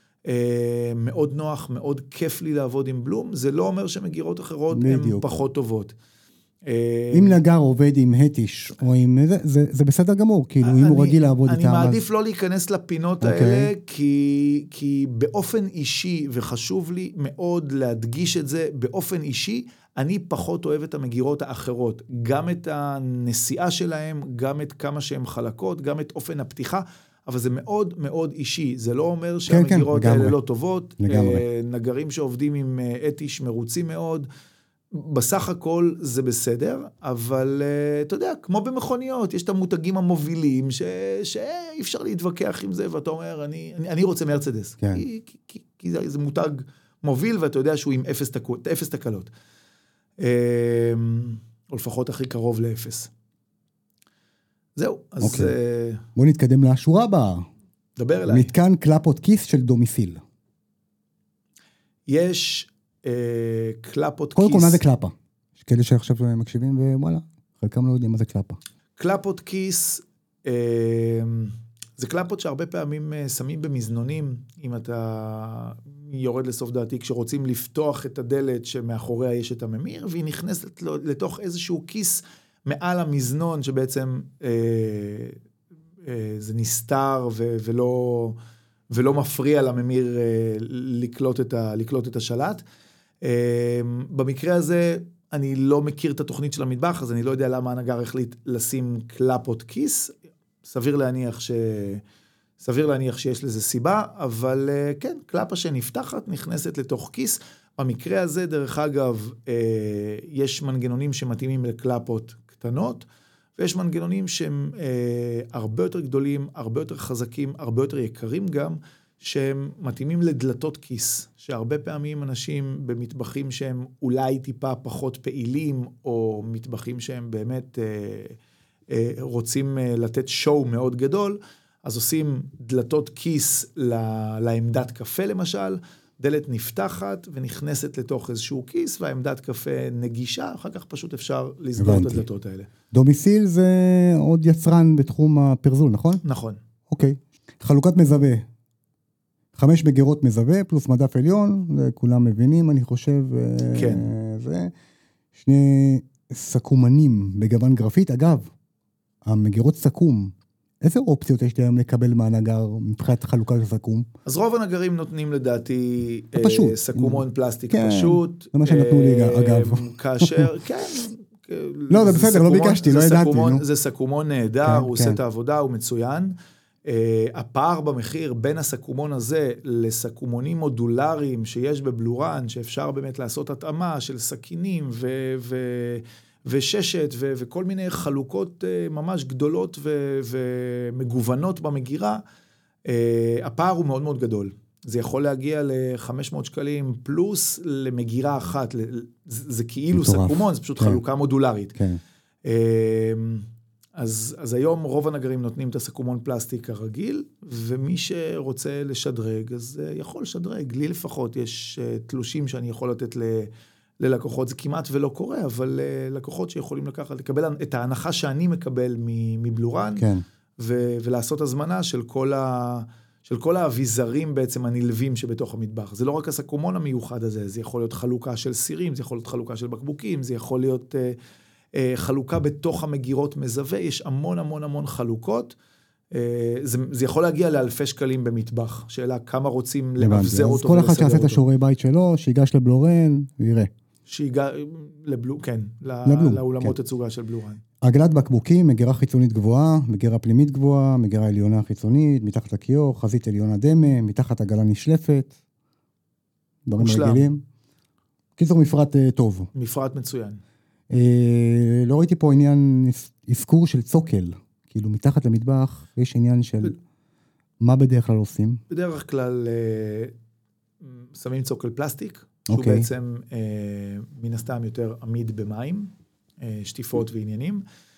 מאוד נוח, מאוד כיף לי לעבוד עם בלום, זה לא אומר שמגירות אחרות הן פחות טובות. אם נגר עובד עם הטיש, או עם זה, זה, זה בסדר גמור, כאילו, אם הוא רגיל לעבוד איתם. אני מעדיף לא להיכנס לפינות האלה, כי, כי באופן אישי, וחשוב לי מאוד להדגיש את זה, באופן אישי, אני פחות אוהב את המגירות האחרות, גם את הנסיעה שלהם, גם את כמה שהן חלקות, גם את אופן הפתיחה, אבל זה מאוד מאוד אישי, זה לא אומר שהמגירות כן, כן, האלה לא טובות, לגמרי. נגרים שעובדים עם אתיש מרוצים מאוד, בסך הכל זה בסדר, אבל uh, אתה יודע, כמו במכוניות, יש את המותגים המובילים, ש... שאי אפשר להתווכח עם זה, ואתה אומר, אני, אני, אני רוצה מרצדס, כן. כי, כי, כי, כי זה, זה מותג מוביל, ואתה יודע שהוא עם אפס, תק... אפס תקלות. או לפחות הכי קרוב לאפס. זהו, אז... אוקיי. Uh... בוא נתקדם לשורה הבאה. דבר אליי. מתקן קלפות כיס של דומיסיל. יש... קלפות קודם כיס. כל, מה זה קלפה? יש כאלה שעכשיו מקשיבים ווואלה, חלקם לא יודעים מה זה קלפה. קלפות כיס, זה קלפות שהרבה פעמים שמים במזנונים, אם אתה יורד לסוף דעתי, כשרוצים לפתוח את הדלת שמאחוריה יש את הממיר, והיא נכנסת לתוך איזשהו כיס מעל המזנון, שבעצם זה נסתר ולא, ולא מפריע לממיר לקלוט את, ה, לקלוט את השלט. במקרה הזה, אני לא מכיר את התוכנית של המטבח, אז אני לא יודע למה הנגר החליט לשים קלפות כיס. סביר להניח ש... סביר להניח שיש לזה סיבה, אבל כן, קלפה שנפתחת, נכנסת לתוך כיס. במקרה הזה, דרך אגב, יש מנגנונים שמתאימים לקלפות קטנות, ויש מנגנונים שהם הרבה יותר גדולים, הרבה יותר חזקים, הרבה יותר יקרים גם, שהם מתאימים לדלתות כיס, שהרבה פעמים אנשים במטבחים שהם אולי טיפה פחות פעילים, או מטבחים שהם באמת אה, אה, רוצים אה, לתת שואו מאוד גדול, אז עושים דלתות כיס לעמדת קפה למשל, דלת נפתחת ונכנסת לתוך איזשהו כיס, והעמדת קפה נגישה, אחר כך פשוט אפשר לסגור את הדלתות האלה. דומיסיל זה עוד יצרן בתחום הפרזול, נכון? נכון. אוקיי. חלוקת מזווה. חמש מגירות מזווה, פלוס מדף עליון, זה כולם מבינים, אני חושב. כן. זה. שני סכומנים בגוון גרפית. אגב, המגירות סכום, איזה אופציות יש להם לקבל מהנגר מבחינת חלוקה של סכום? אז רוב הנגרים נותנים לדעתי פשוט. סכומון פלסטיק כן, פשוט. זה מה שנתנו לי, אגב. כאשר, כן. לא, זה בסדר, לא ביקשתי, לא ידעתי. זה סכומון נהדר, הוא עושה את העבודה, הוא מצוין. הפער במחיר בין הסכומון הזה לסכומונים מודולריים שיש בבלורן, שאפשר באמת לעשות התאמה של סכינים ו- ו- וששת ו- וכל מיני חלוקות ממש גדולות ו- ומגוונות במגירה, הפער הוא מאוד מאוד גדול. זה יכול להגיע ל-חמש מאות שקלים פלוס למגירה אחת, זה כאילו מטורף. סכומון, זה פשוט כן. חלוקה מודולרית. כן. אז, אז היום רוב הנגרים נותנים את הסכומון פלסטיק הרגיל, ומי שרוצה לשדרג, אז יכול לשדרג. לי לפחות יש תלושים שאני יכול לתת ל, ללקוחות, זה כמעט ולא קורה, אבל לקוחות שיכולים לקחת, לקבל את ההנחה שאני מקבל מבלורן, כן. ו, ולעשות הזמנה של כל, ה, של כל האביזרים בעצם הנלווים שבתוך המטבח. זה לא רק הסכומון המיוחד הזה, זה יכול להיות חלוקה של סירים, זה יכול להיות חלוקה של בקבוקים, זה יכול להיות חלוקה בתוך המגירות מזווה, יש המון המון המון חלוקות, זה, זה יכול להגיע לאלפי שקלים במטבח, שאלה כמה רוצים להבזר אותו ולסדר אותו. אז כל אחד שעשה את השיעורי בית שלו, שיגש לבלורן ויראה. שיגע, לבלו, כן, לבלום, לאולמות כן. תצוגה של בלורן. עגלת בקבוקים, מגירה חיצונית גבוהה, מגירה פנימית גבוהה, מגירה עליונה חיצונית, מתחת לכיור, חזית עליונה דמה, מתחת עגלה נשלפת, דברים רגילים. קיצור מפרט טוב. מפרט מצוין. לא ראיתי פה עניין עסקור של צוקל, כאילו מתחת למטבח יש עניין של מה בדרך כלל עושים? בדרך כלל שמים צוקל פלסטיק, שהוא בעצם מן הסתם יותר עמיד במים, שטיפות ועניינים,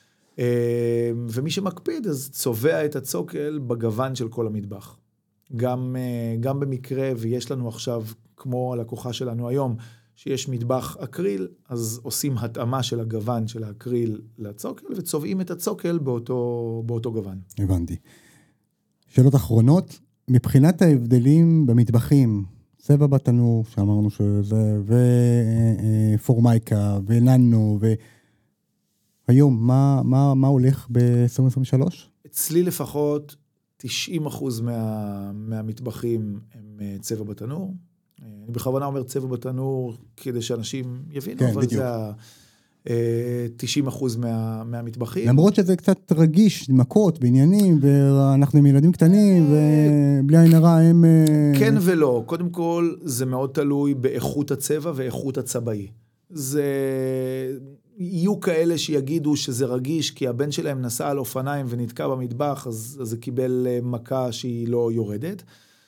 ומי שמקפיד אז צובע את הצוקל בגוון של כל המטבח. גם, גם במקרה, ויש לנו עכשיו, כמו הלקוחה שלנו היום, שיש מטבח אקריל, אז עושים התאמה של הגוון של האקריל לצוקל, וצובעים את הצוקל באותו, באותו גוון. הבנתי. שאלות אחרונות, מבחינת ההבדלים במטבחים, צבע בתנור, שאמרנו שזה, ופורמייקה, וננו, והיום, מה, מה, מה הולך ב-עשרים עשרים ושלוש? אצלי לפחות, תשעים אחוז מה, מהמטבחים הם צבע בתנור, אני בכוונה אומר צבע בתנור, כדי שאנשים יבינו, כן, אבל בדיוק. זה ה-תשעים אחוז מה, מהמטבחים. למרות שזה קצת רגיש, מכות, בעניינים, ואנחנו עם ילדים קטנים, ובלי עין הרע הם... כן ולא. קודם כל, זה מאוד תלוי באיכות הצבע ואיכות הצבעי. זה... יהיו כאלה שיגידו שזה רגיש, כי הבן שלהם נסע על אופניים ונתקע במטבח, אז, אז זה קיבל מכה שהיא לא יורדת.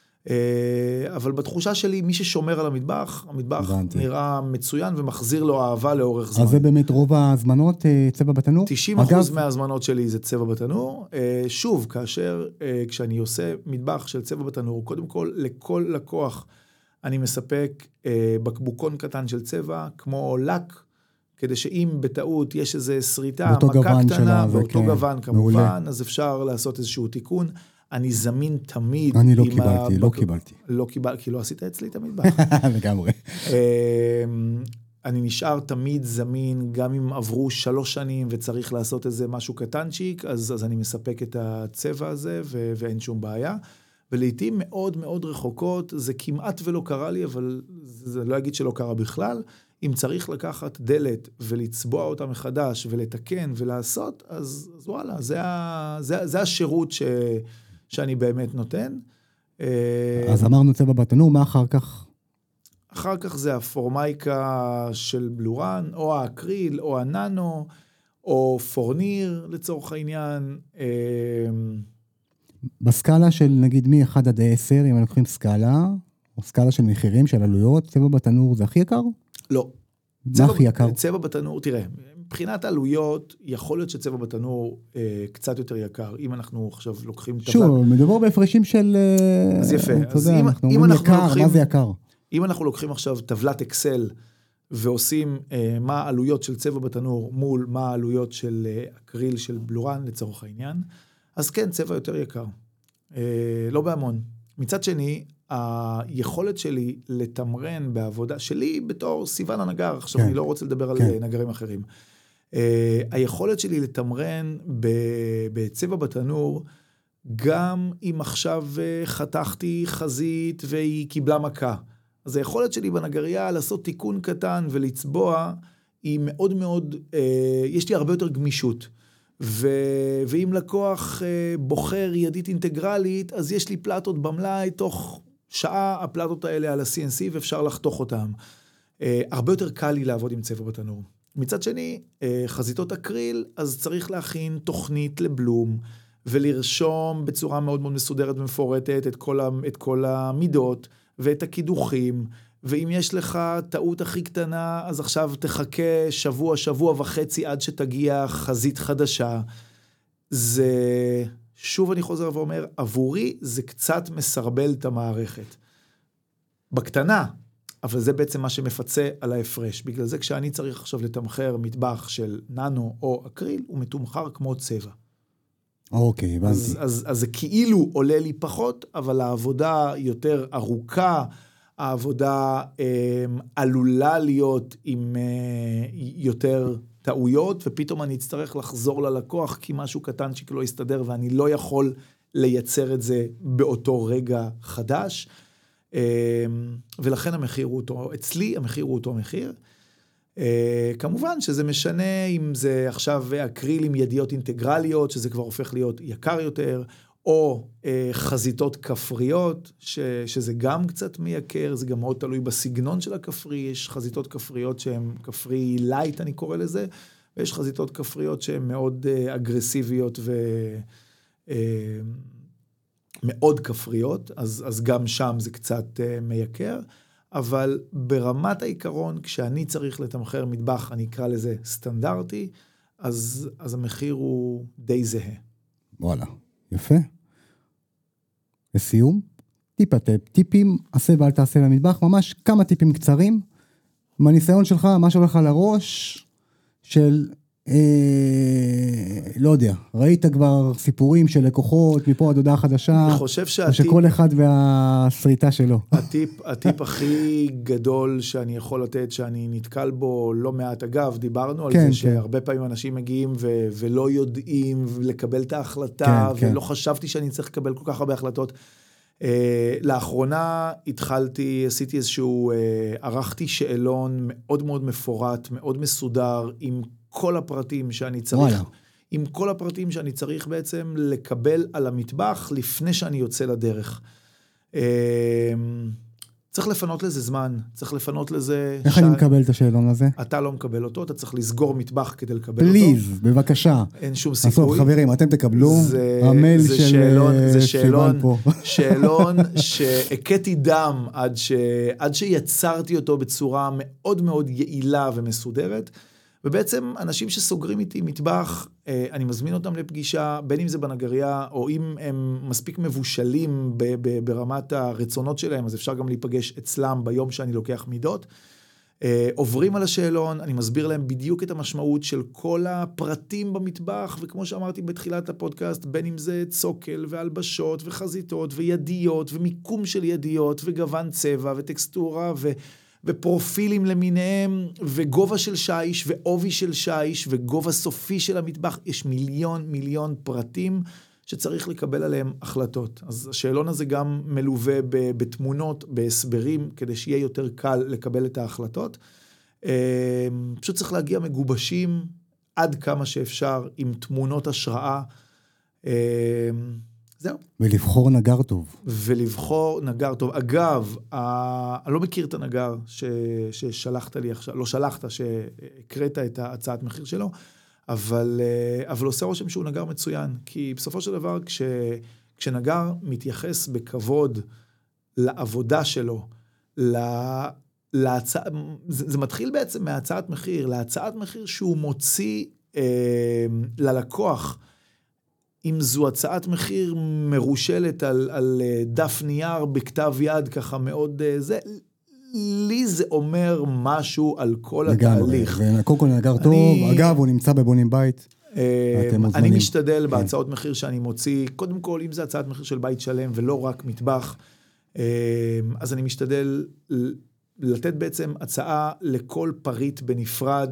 אבל בתחושה שלי, מי ששומר על המטבח, המטבח נראה מצוין ומחזיר לו אהבה לאורך זמן. אז זה באמת רוב ההזמנות צבע בתנור? תשעים אחוז מההזמנות שלי זה צבע בתנור. שוב, כאשר, כשאני עושה מטבח של צבע בתנור, קודם כל, לכל לקוח אני מספק בקבוקון קטן של צבע, כמו לק, כדי שאם בטעות יש איזה שריטה, מכה קטנה, באותו גוון כמובן, אז אפשר לעשות איזשהו תיקון. אני זמין תמיד. אני לא קיבלתי, לא קיבלתי. לא קיבלתי, כי לא עשית אצלי את המטבח. לגמרי. אני נשאר תמיד זמין, גם אם עברו שלוש שנים וצריך לעשות איזה משהו קטנצ'יק, אז, אז אני מספק את הצבע הזה ו- ואין שום בעיה. ולעיתים מאוד מאוד רחוקות, זה כמעט ולא קרה לי, אבל זה לא אגיד שלא קרה בכלל. אם צריך לקחת דלת ולצבוע אותה מחדש ולתקן ולעשות, אז, אז וואלה, זה, ה, זה, זה השירות ש, שאני באמת נותן. אז אמרנו צבע בתנור, מה אחר כך? אחר כך זה הפורמייקה של בלורן, או האקריל, או הננו, או פורניר לצורך העניין. בסקאלה של נגיד מ-אחד עד עשר, אם אנחנו לוקחים סקאלה, או סקאלה של מחירים, של עלויות, צבע בתנור זה הכי יקר? לא. מה הכי יקר? צבע בתנור, תראה, מבחינת עלויות, יכול להיות שצבע בתנור אה, קצת יותר יקר. אם אנחנו עכשיו לוקחים... שוב, טבלה... מדובר בהפרשים של... אז יפה. אז יודע, אם, אנחנו אם אנחנו יקר, לוקחים... מה זה יקר? אם אנחנו לוקחים עכשיו טבלת אקסל, ועושים אה, מה העלויות של צבע בתנור, מול מה העלויות של אה, אקריל של בלורן, לצורך העניין, אז כן, צבע יותר יקר. אה, לא בהמון. מצד שני, היכולת שלי לתמרן בעבודה, שלי בתור סיוון הנגר, עכשיו כן. אני לא רוצה לדבר כן. על נגרים אחרים, uh, היכולת שלי לתמרן בצבע בתנור, גם אם עכשיו uh, חתכתי חזית והיא קיבלה מכה, אז היכולת שלי בנגריה לעשות תיקון קטן ולצבוע, היא מאוד מאוד, uh, יש לי הרבה יותר גמישות, ו... ואם לקוח uh, בוחר ידית אינטגרלית, אז יש לי פלטות במלאי תוך... שעה הפלטות האלה על ה-סי אן סי ואפשר לחתוך אותם. Uh, הרבה יותר קל לי לעבוד עם צבע בתנור. מצד שני, uh, חזיתות אקריל, אז צריך להכין תוכנית לבלום, ולרשום בצורה מאוד מאוד מסודרת ומפורטת את כל, ה- את כל המידות ואת הקידוחים, ואם יש לך טעות הכי קטנה, אז עכשיו תחכה שבוע, שבוע וחצי עד שתגיע חזית חדשה. זה... שוב אני חוזר ואומר, עבורי זה קצת מסרבל את המערכת. בקטנה, אבל זה בעצם מה שמפצה על ההפרש. בגלל זה כשאני צריך עכשיו לתמחר מטבח של ננו או אקריל, הוא מתומחר כמו צבע. אוקיי, הבנתי. אז, אז, אז זה כאילו עולה לי פחות, אבל העבודה יותר ארוכה, העבודה אה, עלולה להיות עם אה, יותר... טעויות, ופתאום אני אצטרך לחזור ללקוח, כי משהו קטנצ'יק לא יסתדר, ואני לא יכול לייצר את זה באותו רגע חדש, ולכן המחיר הוא אותו, אצלי המחיר הוא אותו מחיר. כמובן שזה משנה אם זה עכשיו אקריל עם ידיות אינטגרליות, שזה כבר הופך להיות יקר יותר, או חזיתות כפריות, ש, שזה גם קצת מייקר, זה גם מאוד תלוי בסגנון של הכפרי, יש חזיתות כפריות שהן כפרי לייט, אני קורא לזה, ויש חזיתות כפריות שהן מאוד אגרסיביות ומאוד כפריות, אז, אז גם שם זה קצת מייקר, אבל ברמת העיקרון, כשאני צריך לתמחר מטבח, אני אקרא לזה סטנדרטי, אז, אז המחיר הוא די זהה. וואלה, יפה. לסיום, טיפה טיפ, טיפים, עשה ואל תעשה למטבח, ממש כמה טיפים קצרים, מהניסיון שלך, מה שהולך על הראש, של, אה, לא יודע, ראית כבר סיפורים של לקוחות, מפה עד הודעה חדשה, אני חושב שהטיפ, או שכל אחד והשריטה שלו. הטיפ, הטיפ הכי גדול שאני יכול לתת, שאני נתקל בו לא מעט, אגב, דיברנו על כן, זה כן. שהרבה פעמים אנשים מגיעים ו- ולא יודעים לקבל את ההחלטה, כן, ולא כן. חשבתי שאני צריך לקבל כל כך הרבה החלטות. Uh, לאחרונה התחלתי, עשיתי איזשהו, uh, ערכתי שאלון מאוד מאוד מפורט, מאוד מסודר, עם כל הפרטים שאני צריך, וואלה. עם כל הפרטים שאני צריך בעצם לקבל על המטבח לפני שאני יוצא לדרך. Uh, צריך לפנות לזה זמן, צריך לפנות לזה... איך אני מקבל את השאלון הזה? אתה לא מקבל אותו, אתה צריך לסגור מטבח כדי לקבל אותו. פליז, בבקשה. אין שום סיכוי. בסוף חברים, אתם תקבלו המייל של סיוון פה. שאלון שהקטתי דם עד שיצרתי אותו בצורה מאוד מאוד יעילה ומסודרת, ובעצם אנשים שסוגרים איתי מטבח, אני מזמין אותם לפגישה, בין אם זה בנגריה, או אם הם מספיק מבושלים ברמת הרצונות שלהם, אז אפשר גם להיפגש אצלם ביום שאני לוקח מידות. עוברים על השאלון, אני מסביר להם בדיוק את המשמעות של כל הפרטים במטבח, וכמו שאמרתי בתחילת הפודקאסט, בין אם זה צוקל והלבשות וחזיתות וידיות ומיקום של ידיות וגוון צבע וטקסטורה ו... ופרופילים למיניהם, וגובה של שיש, ועובי של שיש, וגובה סופי של המטבח. יש מיליון מיליון פרטים שצריך לקבל עליהם החלטות. אז השאלון הזה גם מלווה בתמונות, בהסברים, כדי שיהיה יותר קל לקבל את ההחלטות. פשוט צריך להגיע מגובשים עד כמה שאפשר, עם תמונות השראה. זהו. ולבחור נגר טוב. ולבחור נגר טוב. אגב, אני לא מכיר את הנגר ששלחת לי עכשיו, לא שלחת, שהקראת את ההצעת מחיר שלו, אבל, אבל עושה רושם שהוא נגר מצוין, כי בסופו של דבר, כש, כשנגר מתייחס בכבוד לעבודה שלו, להצע... זה, זה מתחיל בעצם מהצעת מחיר, להצעת מחיר שהוא מוציא אה, ללקוח, אם זו הצעת מחיר מרושלת על, על דף נייר בכתב יד, ככה מאוד זה, לי זה אומר משהו על כל התהליך. קודם כל נגר טוב, אגב, הוא נמצא בבונים בית. אני משתדל בהצעות מחיר שאני מוציא, קודם כל, אם זה הצעת מחיר של בית שלם, ולא רק מטבח, אז אני משתדל לתת בעצם הצעה לכל פריט בנפרד,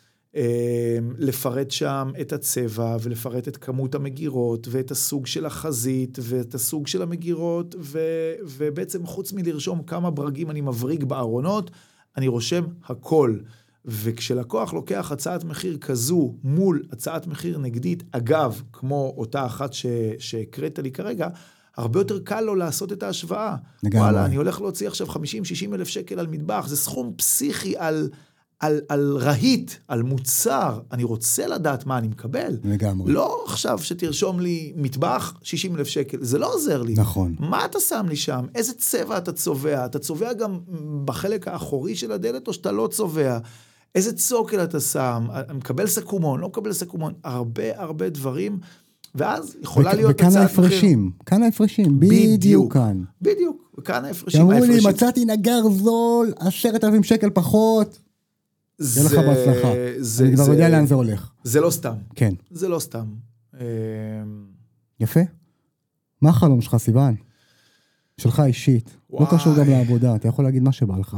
לפרט שם את הצבע, ולפרט את כמות המגירות, ואת הסוג של החזית, ואת הסוג של המגירות, ו- ובעצם חוץ מלרשום כמה ברגים אני מבריג בארונות, אני רושם הכל. וכשלקוח לוקח הצעת מחיר כזו, מול הצעת מחיר נגדית, אגב, כמו אותה אחת ש- שהקראת לי כרגע, הרבה יותר קל לו לעשות את ההשוואה. וואלה, אני הולך להוציא עכשיו חמישים שישים אלף שקל על מטבח, זה סכום פסיכי על... על, על רהיט, על מוצר, אני רוצה לדעת מה אני מקבל. לגמרי. לא עכשיו שתרשום לי מטבח, שישים אלף שקל, זה לא עוזר לי. נכון. מה אתה שם לי שם? איזה צבע אתה צובע? אתה צובע גם בחלק האחורי של הדלת, או שאתה לא צובע? איזה צוקל אתה שם? מקבל סקומון, לא מקבל סקומון, הרבה הרבה דברים, ואז יכולה ו- להיות וכאן ההפרשים, כאן ההפרשים, בדיוק כאן. בדיוק, וכאן ההפרשים. אמרו לי, מצאתי נגר זול, עשרת אלפים שקל פחות, זה לך בהצלחה. אני כבר יודע לאן זה הולך. זה לא סתם. כן. זה לא סתם. יפה. מה החלום שלך, סיוון? שלך אישית. לא קשור גם לעבודה, אתה יכול להגיד מה שבא לך.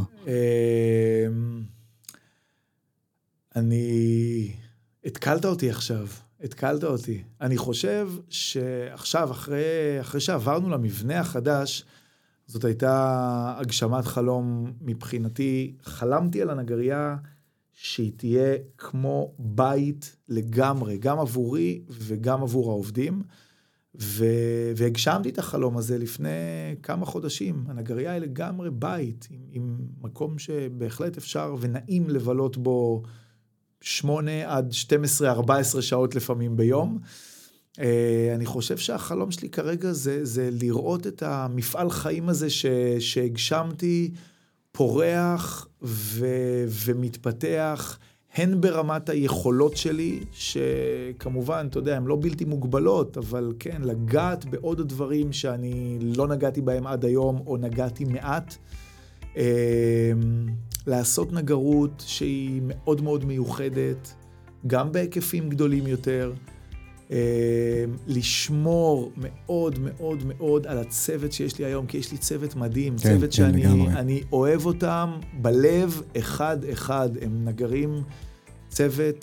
אני... התקלת אותי עכשיו. התקלת אותי. אני חושב שעכשיו, אחרי, אחרי שעברנו למבנה החדש, זאת הייתה הגשמת חלום מבחינתי. חלמתי על הנגריה שהיא תהיה כמו בית לגמרי, גם עבורי וגם עבור העובדים, ו- והגשמתי את החלום הזה לפני כמה חודשים. הנגריה היא לגמרי בית, עם, עם מקום שבהחלט אפשר ונעים לבלות בו שמונה עד שתים עשרה ארבע עשרה שעות לפעמים ביום. אני חושב שהחלום שלי כרגע זה, זה לראות את המפעל חיים הזה ש- שהגשמתי, פורח ו- ומתפתח, הן ברמת היכולות שלי, שכמובן, אתה יודע, הן לא בלתי מוגבלות, אבל כן, לגעת בעוד דברים שאני לא נגעתי בהם עד היום, או נגעתי מעט, לעשות נגרות שהיא מאוד מאוד מיוחדת, גם בהיקפים גדולים יותר, לשמור מאוד מאוד מאוד על הצוות שיש לי היום, כי יש לי צוות מדהים, כן, צוות כן, שאני אני אוהב אותם בלב אחד אחד, הם נגרים, צוות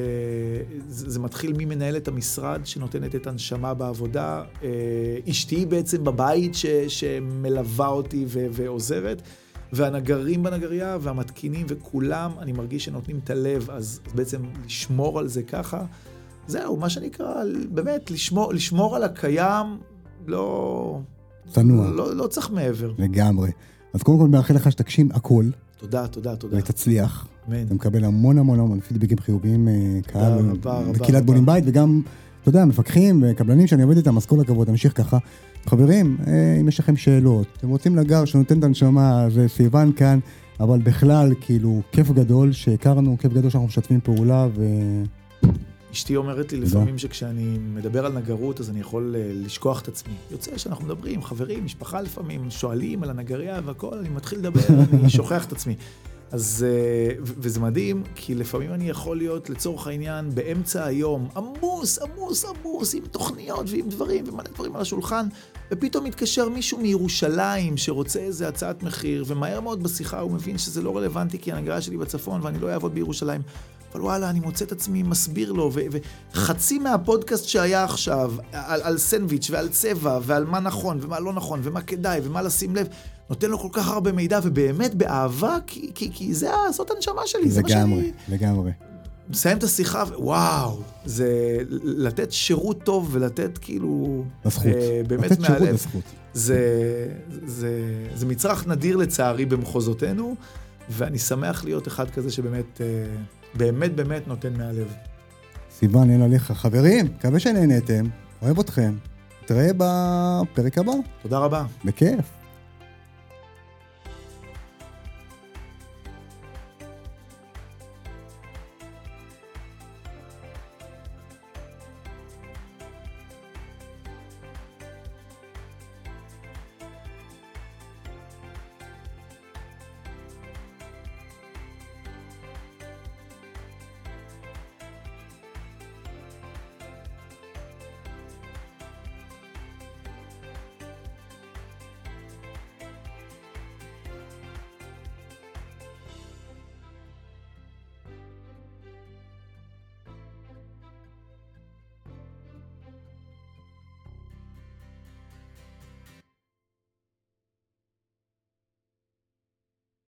שזה מתחיל ממנהלת המשרד שנותנת את הנשמה בעבודה, אשתי בעצם בבית ש, שמלווה אותי ו, ועוזרת, והנגרים בנגריה והמתקינים וכולם, אני מרגיש שנותנים את הלב, אז בעצם לשמור על זה ככה, זהו, מה שנקרא, באמת, לשמור, לשמור על הקיים, לא... צנוע. לא, לא צריך מעבר. לגמרי. אז קודם כל מאחל לך שתגשים הכל. תודה, תודה, תודה. ותצליח. אמן. אתה מקבל המון המון המון פידבקים חיוביים, קהל, בקהילת בונים בית, וגם, אתה יודע, מפקחים וקבלנים שאני עובד איתם, אז כל הכבוד, תמשיך ככה. חברים, אם יש לכם שאלות, אתם רוצים לגר שנותן את הנשמה, זה סיוון כאן, אבל בכלל, כאילו, כיף גדול שהכרנו, כיף גדול שאנחנו משתפים פעולה, ו... אשתי אומרת לי לפעמים שכשאני מדבר על נגרות, אז אני יכול לשכוח את עצמי. יוצא שאנחנו מדברים, חברים, משפחה לפעמים, שואלים על הנגריה והכל, אני מתחיל לדבר, אני שוכח את עצמי. אז, וזה מדהים, כי לפעמים אני יכול להיות, לצורך העניין, באמצע היום, עמוס, עמוס, עמוס, עם תוכניות ועם דברים, ומלא דברים על השולחן, ופתאום מתקשר מישהו מירושלים, שרוצה איזה הצעת מחיר, ומהר מאוד בשיחה הוא מבין שזה לא רלוונטי, כי הנגריה שלי בצפון, ואני לא אעבוד בירושלים. אבל וואלה, אני מוצא את עצמי, מסביר לו, ו- וחצי מהפודקאסט שהיה עכשיו, על, על סנדוויץ' ועל צבע, ועל מה נכון ומה לא נכון, ומה כדאי, ומה לשים לב, נותן לו כל כך הרבה מידע, ובאמת באהבה, כי, כי, כי זה, זאת הנשמה שלי, זה מה שאני... לגמרי, לגמרי. מסיים את השיחה, וואו, זה לתת שירות טוב, ולתת כאילו... לזכות, אה, באמת לתת מהלב. שירות לזכות. זה, זה, זה מצרך נדיר לצערי במחוזותינו, ואני שמח להיות אחד כזה שבאמת... אה, באמת באמת נותן מהלב. סיוון, אין עליך. חברים, מקווה שנהנתם, אוהב אתכם. תראה בפרק הבא. תודה רבה. בכיף.